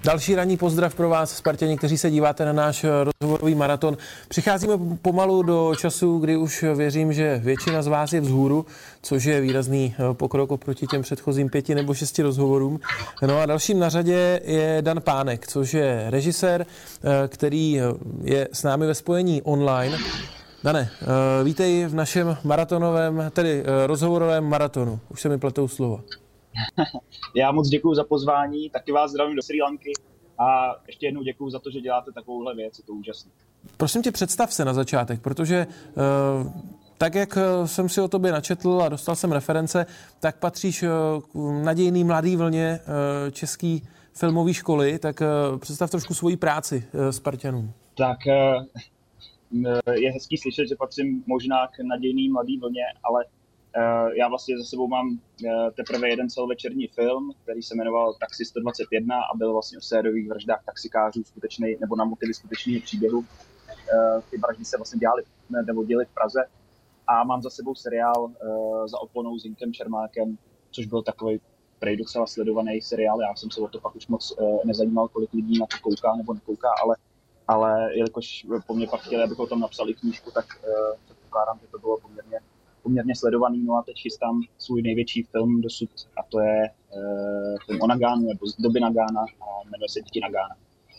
Další ranní pozdrav pro vás, Spartěni, kteří se díváte na náš rozhovorový maraton. Přicházíme pomalu do času, kdy už věřím, že většina z vás je vzhůru, což je výrazný pokrok oproti těm předchozím 5 nebo 6 rozhovorům. No a dalším na řadě je Dan Pánek, což je režisér, který je s námi ve spojení online. Dane, vítej v našem maratonovém, tedy rozhovorovém maratonu. Už se mi pletou slova. Já moc děkuju za pozvání, taky vás zdravím do Srí Lanky a ještě jednou děkuju za to, že děláte takovouhle věc, je to úžasné. Prosím tě, představ se na začátek, protože tak, jak jsem si o tobě načetl a dostal jsem reference, tak patříš k nadějný mladý vlně české filmové školy, tak představ trošku svoji práci Spartanům. Tak je hezký slyšet, že patřím možná k nadějný mladý vlně, ale já vlastně za sebou mám teprve jeden celovečerní film, který se jmenoval Taxi 121 a byl vlastně o sériových vraždách taxikářů skutečný, nebo na motivy skutečného příběhu. Ty vraždy se vlastně děly v Praze a mám za sebou seriál Za oponou s Jinkem Čermákem, což byl takový prej docela sledovaný seriál. Já jsem se o to pak už moc nezajímal, kolik lidí na to kouká nebo nekouká, ale jelikož po mně pak chtěli, abych o tom napsal i knížku, tak předpokládám, že to bylo poměrně sledovaný. No a teď chystám svůj největší film dosud a to je film o Nagánu, nebo z doby Nagána a jmenuje se Děti Nagána.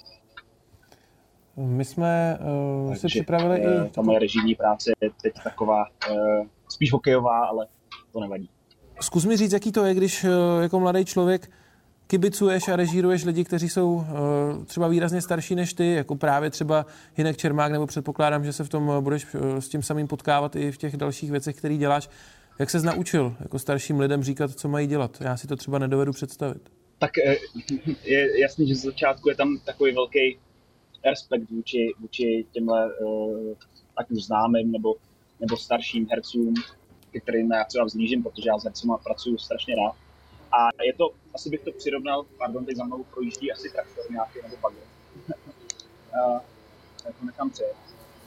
My jsme si připravili i... Ta moje režijní práce je teď taková spíš hokejová, ale to nevadí. Zkus mi říct, jaký to je, když jako mladý člověk kibicuješ a režíruješ lidi, kteří jsou třeba výrazně starší než ty, jako právě třeba Hinek Čermák, nebo předpokládám, že se v tom budeš s tím samým potkávat i v těch dalších věcech, které děláš. Jak ses naučil jako starším lidem říkat, co mají dělat? Já si to třeba nedovedu představit. Tak je jasný, že z začátku je tam takový velký respekt vůči těmhle ať už známým nebo starším hercům, ke kterým já třeba vzlížím, protože já s hercema pracuju strašně rád. A je to, asi bych to přirovnal, teď za mnou projíždí asi traktor nějaký nebo bagr. Tak to nechám přejet.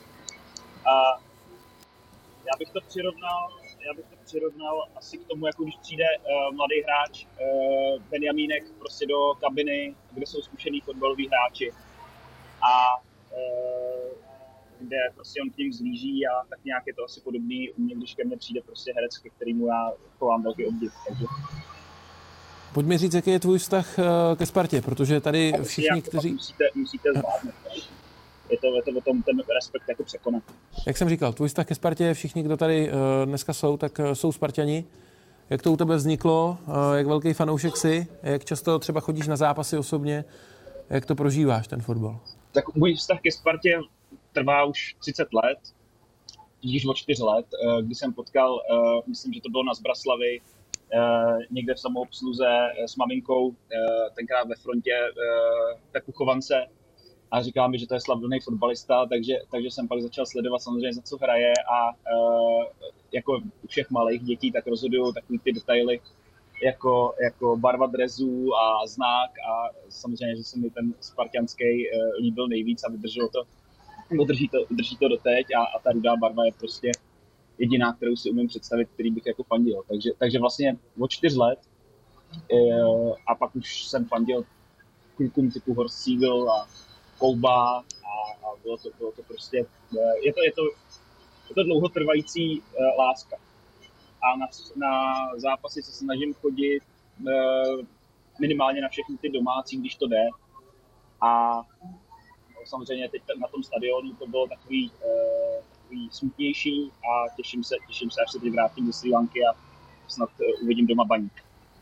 Já bych to přirovnal asi k tomu, jako když přijde mladý hráč Benjamínek prostě do kabiny, kde jsou zkušený fotbaloví hráči a kde prostě on k ním vzlíží a tak nějak je to asi podobný u mě, když ke mně přijde prostě herec, ke kterému já chovám velký obdiv. Takže pojď mi říct, jaký je tvůj vztah ke Spartě, protože tady všichni, kteří... Musíte zvládnout. Je to o tom ten respekt jako překonat. Jak jsem říkal, tvůj vztah ke Spartě, všichni, kdo tady dneska jsou, tak jsou Sparťani. Jak to u tebe vzniklo, jak velký fanoušek jsi, jak často třeba chodíš na zápasy osobně, jak to prožíváš, ten fotbal? Tak můj vztah ke Spartě trvá už 30 let, již od 4 let, kdy jsem potkal, myslím, že to bylo na Zbraslavi, někde v samoobsluze s maminkou, tenkrát ve frontě Pepu Chovance a říkala mi, že to je slavný fotbalista, takže jsem pak začal sledovat samozřejmě, za co hraje a jako u všech malých dětí tak rozhodují takový ty detaily jako barva drezů a znak a samozřejmě, že se mi ten spartanský líbil nejvíc a drží to doteď a ta rudá barva je prostě jediná, kterou si umím představit, který bych jako fandil. Takže vlastně od 4 let a pak už jsem fandil klukům typu Horst Siegel a Kouba a bylo to prostě, je to dlouhotrvající láska. A na zápasy se snažím chodit minimálně na všechny ty domácí, když to jde. A samozřejmě teď na tom stadionu to bylo takový smutnější a těším se, až se teď vrátím do Srí Lanky a snad uvidím doma Baník.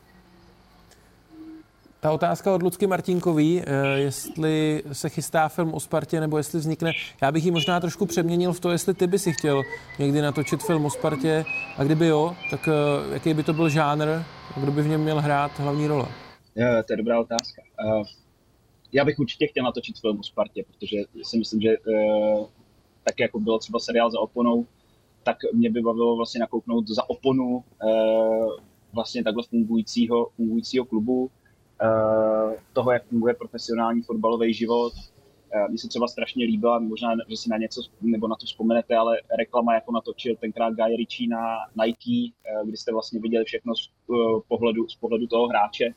Ta otázka od Lucky Martinkový, jestli se chystá film o Spartě, nebo jestli vznikne, já bych ji možná trošku přeměnil v to, jestli ty by si chtěl někdy natočit film o Spartě a kdyby jo, tak jaký by to byl žánr, kdo by v něm měl hrát hlavní role? To je dobrá otázka. Já bych určitě chtěl natočit film o Spartě, protože si myslím, že tak jako bylo třeba seriál Za oponou, tak mě by bavilo vlastně nakouknout za oponu vlastně takhle fungujícího klubu, toho, jak funguje profesionální fotbalový život. Mně se třeba strašně líbila, možná, že si na něco nebo na to vzpomenete, ale reklama, jako natočil tenkrát Guy Ritchie na Nike, kdy jste vlastně viděli všechno z pohledu toho hráče.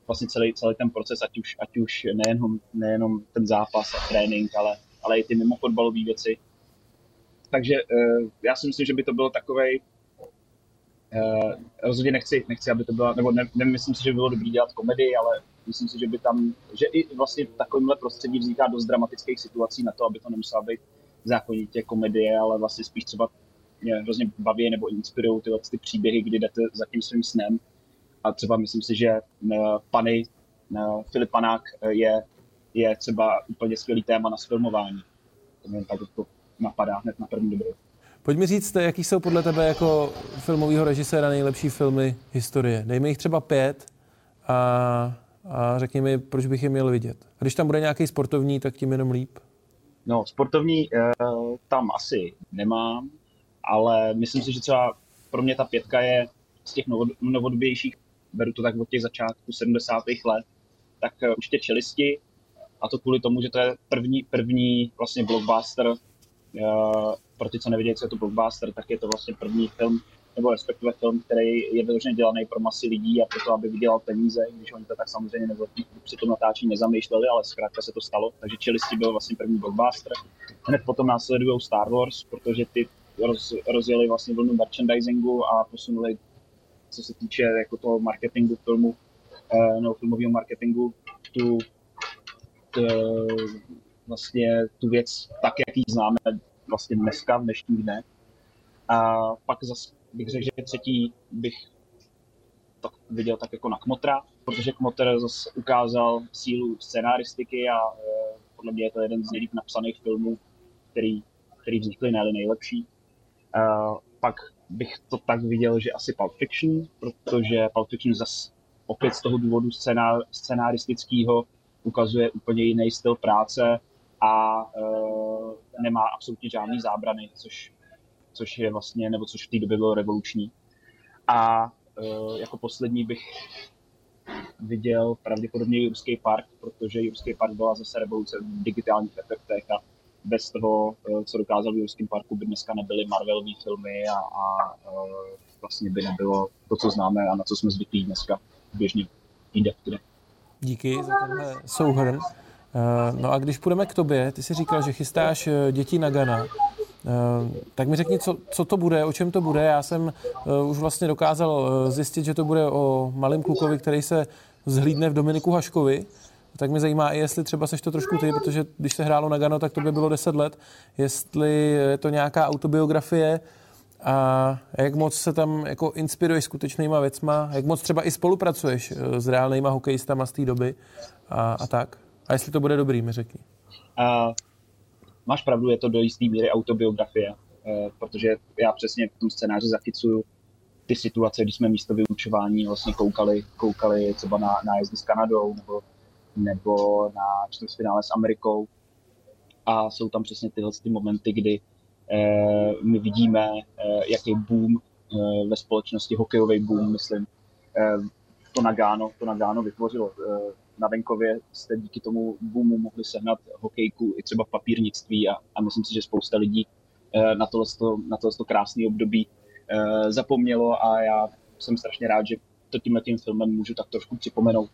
vlastně celý ten proces, ať už nejenom ten zápas a trénink, ale i ty mimo fotbalové věci. Takže já si myslím, že by to bylo takovej, rozhodně nechci, aby to byla, nebo nemyslím si, že by bylo dobrý dělat komedii, ale myslím si, že i vlastně v takovémhle prostředí vzniká dost dramatických situací na to, aby to nemusela být zákonitě komedie, ale vlastně spíš třeba mě hrozně baví nebo inspirují ty příběhy, kdy jdete za tím svým snem. A třeba myslím si, že Filip Panák je třeba úplně skvělý téma na sfilmování. Tak to napadá hned na první dobrou. Pojď mi říct, jaký jsou podle tebe jako filmového režiséra nejlepší filmy historie. Dejme jich třeba 5 a řekni mi, proč bych je měl vidět. A když tam bude nějaký sportovní, tak tím jenom líp. No, sportovní tam asi nemám, ale myslím si, že třeba pro mě ta 5 je z těch novodobějších, beru to tak od těch začátků 70. let, tak určitě Čelisti, a to kvůli tomu, že to je první vlastně blockbuster. Pro ty, co nevědějí, co je to blockbuster, tak je to vlastně první film, nebo respektive film, který je vyloženě dělaný pro masy lidí a proto, aby vydělal peníze, když oni to tak samozřejmě při tom natáčení nezamýšleli, ale zkrátka se to stalo. Takže Čelisti byl vlastně první blockbuster. Hned potom následují Star Wars, protože ty rozjeli vlastně vlnu merchandisingu a posunuli, co se týče jako toho marketingu filmu, nebo filmového marketingu, vlastně tu věc tak, jak ji známe vlastně dneska, v dnešních dnech. A pak zase bych řekl, že třetí bych tak viděl tak jako na Kmotra, protože Kmotr zase ukázal sílu scenaristiky a podle mě je to jeden z nejlíp napsaných filmů, který vznikly, ne-li nejlepší. Pak bych to tak viděl, že asi Pulp Fiction, protože Pulp Fiction zase opět z toho důvodu scenaristického ukazuje úplně jiný styl práce a nemá absolutně žádný zábrany, což je vlastně, nebo což v té době bylo revoluční. A jako poslední bych viděl pravděpodobně Jurský park, protože Jurský park byla zase revoluce v digitálních efektech a bez toho, co dokázal v Jurském parku, by dneska nebyly Marvelové filmy a vlastně by nebylo to, co známe a na co jsme zvyklí dneska běžně jinde. Díky za tenhle souhrn. No a když půjdeme k tobě, ty jsi říkal, že chystáš Děti Nagana. Tak mi řekni, co to bude, o čem to bude. Já jsem už vlastně dokázal zjistit, že to bude o malém klukovi, který se zhlídne v Dominiku Haškovi. Tak mě zajímá i, jestli třeba seš to trošku ty, protože když se hrálo Nagano, tak to by bylo 10 let. Jestli je to nějaká autobiografie a jak moc se tam jako inspiruješ skutečnýma věcma, jak moc třeba i spolupracuješ s reálnýma hokejistama z té doby a tak. A jestli to bude dobrý, mi řekni. Máš pravdu, je to do jisté míry autobiografie, protože já přesně v tom scénáři zachycuju ty situace, když jsme místo vyučování vlastně koukali třeba na nájezdy s Kanadou nebo na čtvrtfinále s Amerikou. A jsou tam přesně tyhle ty momenty, kdy my vidíme, jaký boom ve společnosti, hokejový boom, myslím, to Nagano vytvořilo. Na venkově jste díky tomu boomu mohli sehnat hokejku i třeba v papírnictví a myslím si, že spousta lidí na tohleto krásné období zapomnělo a já jsem strašně rád, že to tímhletím filmem můžu tak trošku připomenout.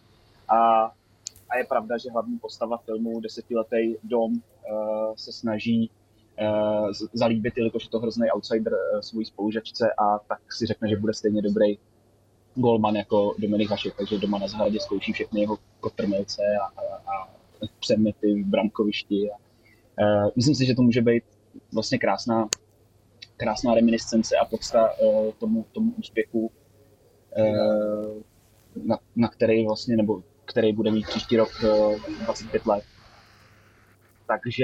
A je pravda, že hlavní postava filmu, 10letý Dom, se snaží zalíbit, jelikož je to hrozný outsider svojí spolužačce a tak si řekne, že bude stejně dobrý golman jako Dominik Hašek, takže doma na zahradě zkouší všechny jeho kotrmelce a přemety v brankovišti. Myslím si, že to může být vlastně krásná reminiscence a podsta tomu úspěchu, na který vlastně, nebo který bude mít příští rok 25 let. Takže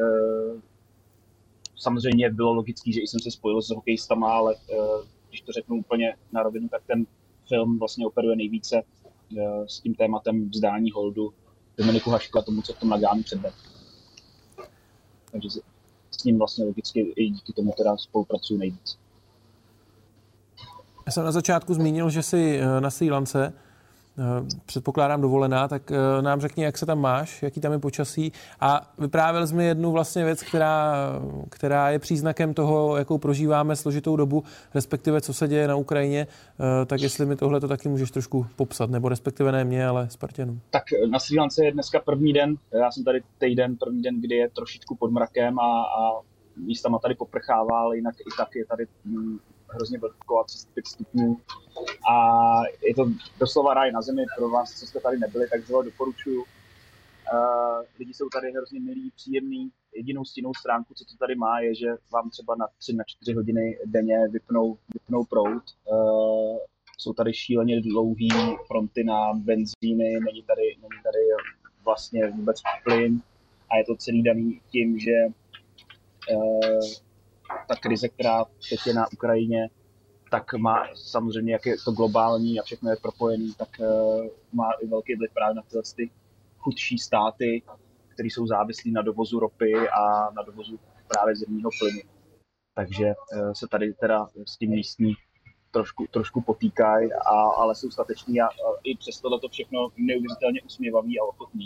samozřejmě bylo logický, že jsem se spojil s hokejistama, ale když to řeknu úplně na rovinu, tak ten film vlastně operuje nejvíce s tím tématem vzdání holdu Dominiku Hašku a tomu, co v tom Naganu předvedl. Takže s ním vlastně logicky i díky tomu teda spolupracuju nejvíc. Já jsem na začátku zmínil, že jsi na Srí Lance. předpokládám dovolená, tak nám řekni, jak se tam máš, jaký tam je počasí. A vyprávěl jsi mi jednu vlastně věc, která je příznakem toho, jakou prožíváme složitou dobu, respektive co se děje na Ukrajině, tak jestli mi tohle to taky můžeš trošku popsat, nebo respektive ne mě, ale Spartanům. Tak na Srí Lance je dneska první den, já jsem tady první den, kdy je trošičku pod mrakem a místama tady poprchává, ale jinak i tak je tady hrozně vlhko a 35 stupňů. A je to doslova ráj na zemi pro vás, co jste tady nebyli, tak zelo doporučuju. Lidi jsou tady hrozně milí, příjemný. Jedinou stinnou stránku, co to tady má, je, že vám třeba na 3-4 hodiny denně vypnou proud. Jsou tady šíleně dlouhý fronty na benzíny, není tady vlastně vůbec plyn a je to celý daný tím, že ta krize, která teď je na Ukrajině, tak má samozřejmě, jak je to globální a všechno je propojený, tak má i velký vliv právě na ty chudší státy, které jsou závislí na dovozu ropy a na dovozu právě zemního plynu. Takže se tady teda s tím místní trošku potýkají, ale jsou stateční a i přes tohle to všechno neuvěřitelně usměvaví a ochotní.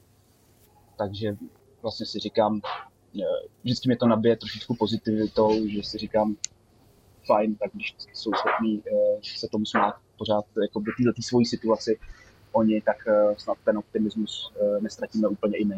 Takže vlastně si říkám, vždycky mě to nabije trošičku pozitivitou, že si říkám, fajn, tak když jsou schopní se tomu smát pořád jako by této svojí situaci oni, tak snad ten optimismus nestratíme úplně i my.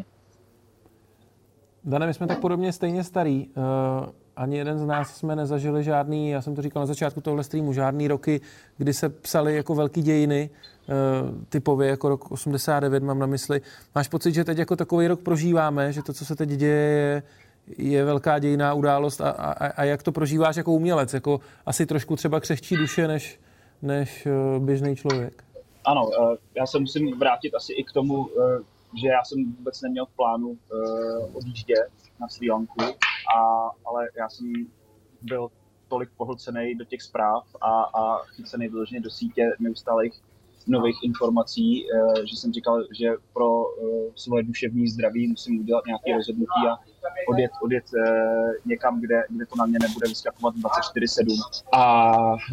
Dane, my jsme tak podobně stejně starý. Ani jeden z nás jsme nezažili žádný, já jsem to říkal na začátku tohle streamu, žádný roky, kdy se psaly jako velký dějiny, typově jako rok 89 mám na mysli. Máš pocit, že teď jako takový rok prožíváme, že to, co se teď děje, je velká dějinná událost a jak to prožíváš jako umělec? Jako asi trošku třeba křehčí duše než běžný člověk. Ano, já se musím vrátit asi i k tomu, že já jsem vůbec neměl v plánu odjíždět na Srí Lanku, ale já jsem byl tolik pohlcený do těch zpráv a chycený vyloženě do sítě neustálých nových informací, že jsem říkal, že pro svoje duševní zdraví musím udělat nějaké rozhodnutí a odjet někam, kde to na mě nebude vyskakovat 24/7. A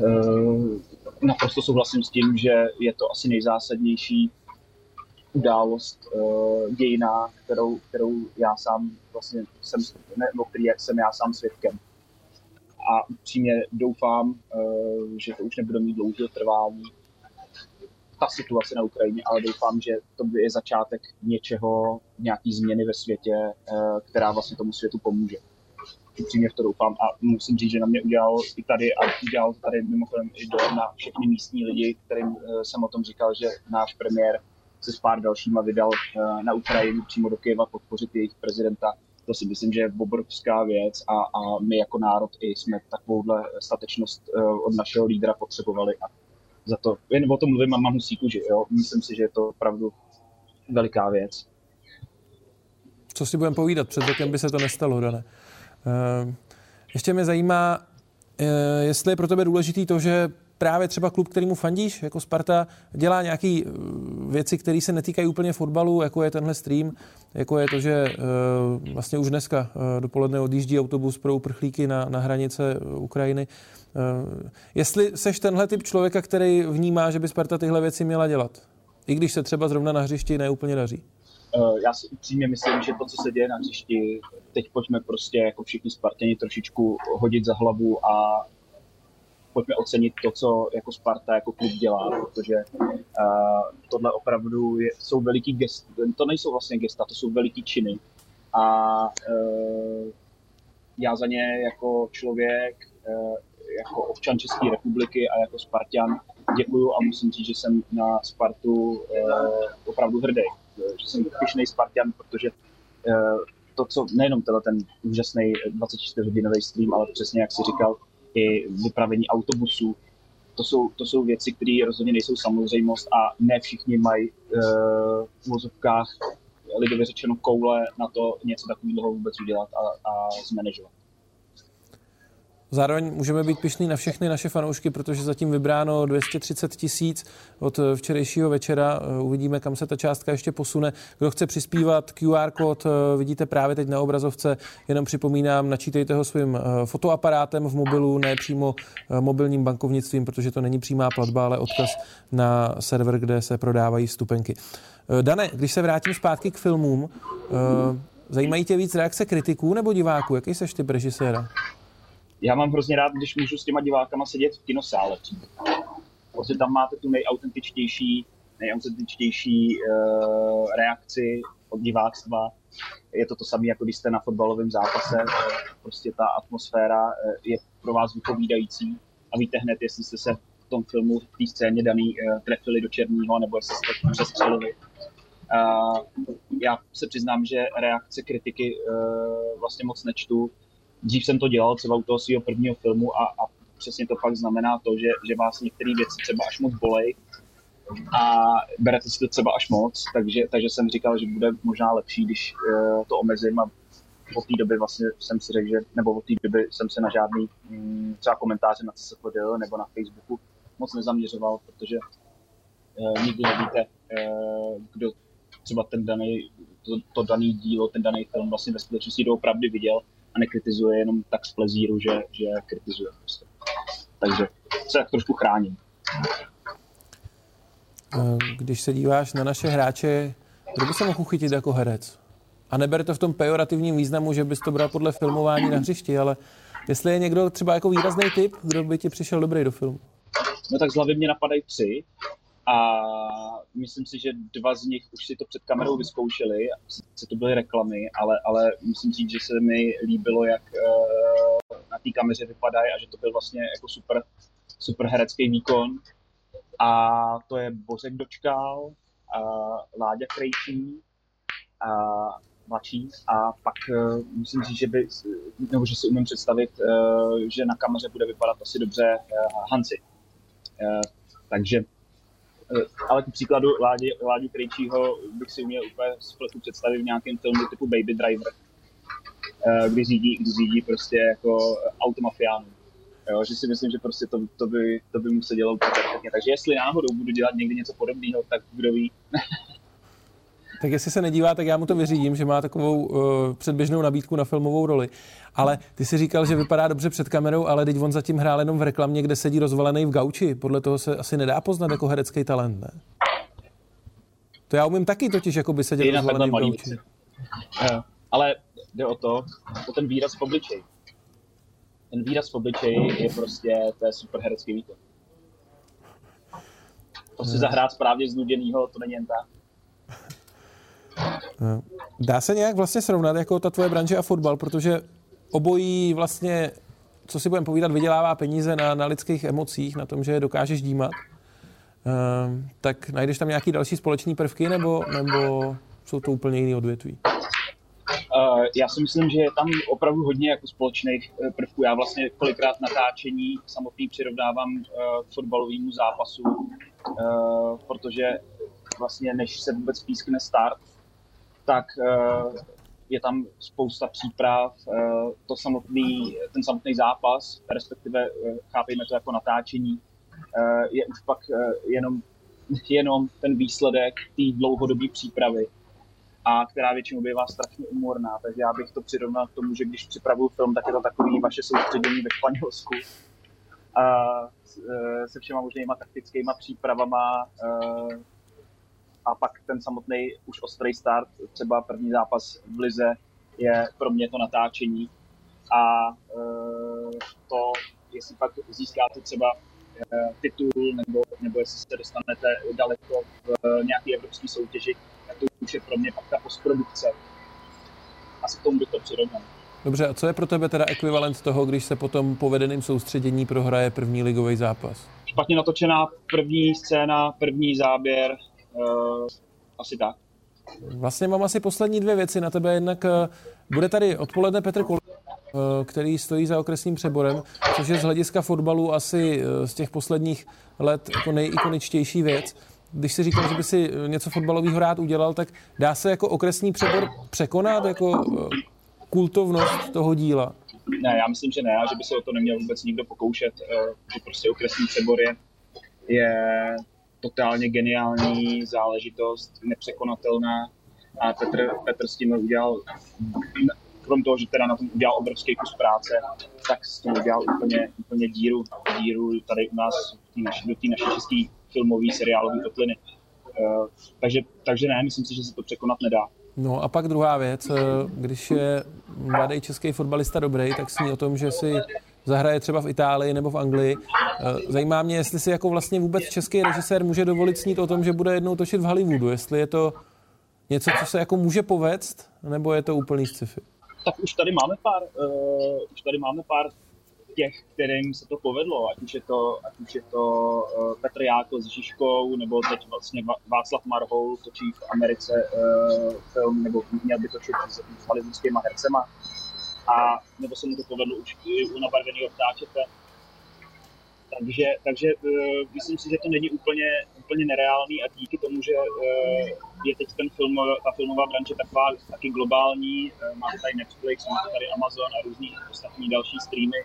naprosto souhlasím s tím, že je to asi nejzásadnější událost dějinná, kterou já sám vlastně jsem já sám svědkem. A upřímně doufám, že to už nebude mít dlouhého trvání, ta situace na Ukrajině, ale doufám, že to je začátek něčeho, nějaký změny ve světě, která vlastně tomu světu pomůže. Upřímně v to doufám a musím říct, že na mě udělal i tady a udělal tady mimochodem i dojem na všechny místní lidi, kterým jsem o tom říkal, že náš premiér se s pár dalšíma vydal na Ukrajinu přímo do Kyjeva podpořit jejich prezidenta. To si myslím, že je obrovská věc a my jako národ i jsme takovouhle statečnost od našeho lídra potřebovali a za to, jen o tom mluvím a mám husí kůži, jo. Myslím si, že je to opravdu veliká věc. Co si budeme povídat, před rokem by se to nestalo, Dane. Ještě mě zajímá, jestli je pro tebe důležitý to, že právě třeba klub, kterýmu fandíš, jako Sparta, dělá nějaké věci, které se netýkají úplně fotbalu, jako je tenhle stream, jako je to, že vlastně už dneska dopoledne odjíždí autobus pro uprchlíky na hranice Ukrajiny. Jestli seš tenhle typ člověka, který vnímá, že by Sparta tyhle věci měla dělat, i když se třeba zrovna na hřišti neúplně daří? Já si upřímně myslím, že to, co se děje na hřišti, teď pojďme prostě jako všichni Spartěni trošičku hodit za hlavu a pojďme ocenit to, co jako Sparta, jako klub dělá, protože tohle opravdu jsou veliký gesta, to nejsou vlastně gesta, to jsou veliký činy a já za ně jako člověk, jako občan České republiky a jako Spartan děkuju a musím říct, že jsem na Spartu opravdu hrdý, že jsem pyšnej Spartan, protože to, co nejenom ten úžasný 24-hodinový stream, ale přesně jak jsi říkal, i vypravení autobusů, to jsou věci, které rozhodně nejsou samozřejmost a ne všichni mají v uvozovkách lidově řečeno koule na to něco takového vůbec udělat a zmanažovat. Zároveň můžeme být pyšní na všechny naše fanoušky, protože zatím vybráno 230 000 od včerejšího večera. Uvidíme, kam se ta částka ještě posune. Kdo chce přispívat, QR kód vidíte právě teď na obrazovce. Jenom připomínám, načítejte ho svým fotoaparátem v mobilu, ne přímo mobilním bankovnictvím, protože to není přímá platba, ale odkaz na server, kde se prodávají vstupenky. Dane, když se vrátím zpátky k filmům, zajímají tě víc reakce kritiků nebo diváků? Jaký seš typ režiséra? Já mám hrozně rád, když můžu s těma divákama sedět v kinosále. Protože tam máte tu nejautentičtější reakci od diváctva. Je to samé, jako když jste na fotbalovém zápase. Prostě ta atmosféra je pro vás vypovídající a víte hned, jestli jste se v tom filmu, v té scéně daný trefili do černého, nebo jestli jste přestřelili. Já se přiznám, že reakce kritiky vlastně moc nečtu. Dřív jsem to dělal třeba u toho svého prvního filmu a přesně to pak znamená to, že vás některé věci třeba až moc bolej a berete si to třeba až moc, takže jsem říkal, že bude možná lepší, když to omezím a od té doby vlastně jsem si řekl, nebo od té doby jsem se na žádný třeba komentáře na CSFD nebo na Facebooku moc nezaměřoval, protože nikdy nevíte, kdo třeba to daný dílo, ten daný film vlastně ve skutečnosti doopravdy viděl a nekritizuje jenom tak z plezíru, že kritizuje. Prostě. Takže se tak trošku chráním. Když se díváš na naše hráče, kdo by se mohl uchytit jako herec? A neber to v tom pejorativním významu, že bys to bral podle filmování na hřišti, ale jestli je někdo třeba jako výrazný typ, kdo by ti přišel dobrý do filmu? No tak z hlavy mě napadají 3. A myslím si, že 2 z nich už si to před kamerou vyzkoušeli, se to byly reklamy, ale musím říct, že se mi líbilo, jak na té kameře vypadají a že to byl vlastně jako super herecký výkon. A to je Bořek Dočkal, Láďa Krejčí, mladší a pak musím říct, že si umím představit, že na kameře bude vypadat asi dobře Hanci. Takže ale k příkladu Láďu Krejčího bych si uměl úplně spletu představit v nějakém filmu typu Baby Driver, kdy řídí prostě jako automafiánů. Jo, že si myslím, že prostě to by mu se dělo perfektně. Takže jestli náhodou budu dělat někdy něco podobného, tak kdo ví. Tak jestli se nedívá, tak já mu to vyřídím, že má takovou předběžnou nabídku na filmovou roli. Ale ty si říkal, že vypadá dobře před kamerou, ale teď on zatím hrál jenom v reklamě, kde sedí rozvalený v gauči. Podle toho se asi nedá poznat jako herecký talent, ne? To já umím taky totiž, jako by seděl rozvalený v gauči. Ale jde o ten výraz v obličeji. Ten výraz v obličeji je prostě, to je super herecký výkon. To si zahrát správně znuděnýho, to není jen tak. Dá se nějak vlastně srovnat jako ta tvoje branže a fotbal, protože obojí vlastně, co si budeme povídat, vydělává peníze na lidských emocích, na tom, že je dokážeš dímat. Tak najdeš tam nějaký další společný prvky, nebo jsou to úplně jiný odvětví? Já si myslím, že je tam opravdu hodně jako společných prvků. Já vlastně kolikrát natáčení samotný přirovnávám k fotbalovému zápasu, protože vlastně než se vůbec pískne start, tak je tam spousta příprav, ten samotný zápas, respektive chápejme to jako natáčení, je už pak jenom ten výsledek té dlouhodobé přípravy, a která většinou bývá strašně umorná. Takže já bych to přirovnal k tomu, že když připravuju film, tak je to takový vaše soustředění ve Španělsku. Se všema možnýma taktickýma přípravama, a pak ten samotný už ostrý start, třeba první zápas v lize, je pro mě to natáčení. A to, jestli pak získáte třeba titul, nebo jestli se dostanete daleko v nějaké evropské soutěži, tak to už je pro mě pak ta postprodukce. Asi k tomu bych to přirovnal. Dobře, a co je pro tebe teda ekvivalent toho, když se potom povedeným soustředění prohraje první ligový zápas? Špatně natočená první scéna, první záběr, asi tak. Vlastně mám asi poslední 2 věci na tebe. Jednak bude tady odpoledne Petr Koller, který stojí za Okresním Přeborem, což je z hlediska fotbalu asi z těch posledních let jako nejikoničtější věc. Když si říkal, že by si něco fotbalového rád udělal, tak dá se jako Okresní Přebor překonat jako kultovnost toho díla? Ne, já myslím, že ne, a že by se o to neměl vůbec nikdo pokoušet, že prostě okresní přebor je totálně geniální záležitost, nepřekonatelná a Petr s tím udělal, krom toho, že teda na tom udělal obrovský kus práce, tak s tím udělal úplně díru tady u nás do té naší české filmové seriálové kotliny. Takže ne, myslím si, že se to překonat nedá. No a pak druhá věc, když je mladý český fotbalista dobrý, tak sní o tom, že si zahraje třeba v Itálii nebo v Anglii. Zajímá mě, jestli si jako vlastně vůbec český režisér může dovolit snít o tom, že bude jednou točit v Hollywoodu, jestli je to něco, co se jako může povést, nebo je to úplný sci-fi? Tak už tady máme pár těch, kterým se to povedlo, ať už je to Petr Jákl s Žižkou, nebo teď vlastně Václav Marhoul točí v Americe film, nebo měl by točit s hollywoodskýma hercema. A nebo se mu to povedlo už i u Nabarveného ptáčete. Takže myslím si, že to není úplně nereálný a díky tomu, že je teď ta filmová branže taková taky globální, máte tady Netflix, máte tady Amazon a různý ostatní další streamy,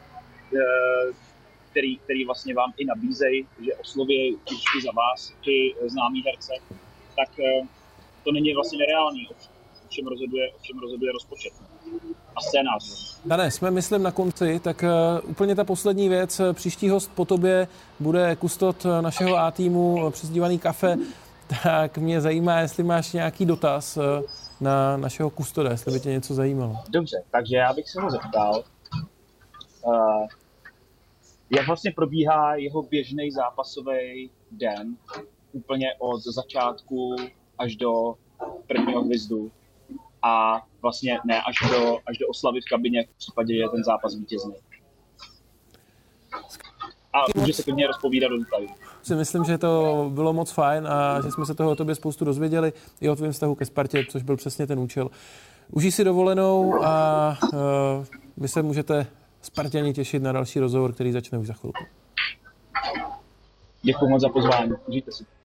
který vlastně vám i nabízejí, že osloví i za vás ty známý herce, tak to není vlastně nereálný. Ovšem rozhoduje rozpočet a scénář. Dane, jsme myslím na konci, tak úplně ta poslední věc. Příští host po tobě bude kustot našeho A-týmu přezdívaný Kafe, tak mě zajímá, jestli máš nějaký dotaz na našeho kustoda, jestli by tě něco zajímalo. Dobře, takže já bych se ho zeptal, jak vlastně probíhá jeho běžný zápasový den, úplně od začátku až do prvního hvizdu a vlastně ne až do oslavy v kabině v případě, že je ten zápas vítězný. A může se klidně rozpovídat do detailů. Si myslím, že to bylo moc fajn a že jsme se toho o tobě spoustu dozvěděli i o tvém vztahu ke Spartě, což byl přesně ten účel. Užij si dovolenou a vy se můžete Sparťani těšit na další rozhovor, který začne už za chvilku. Děkuji moc za pozvání. Užijte si.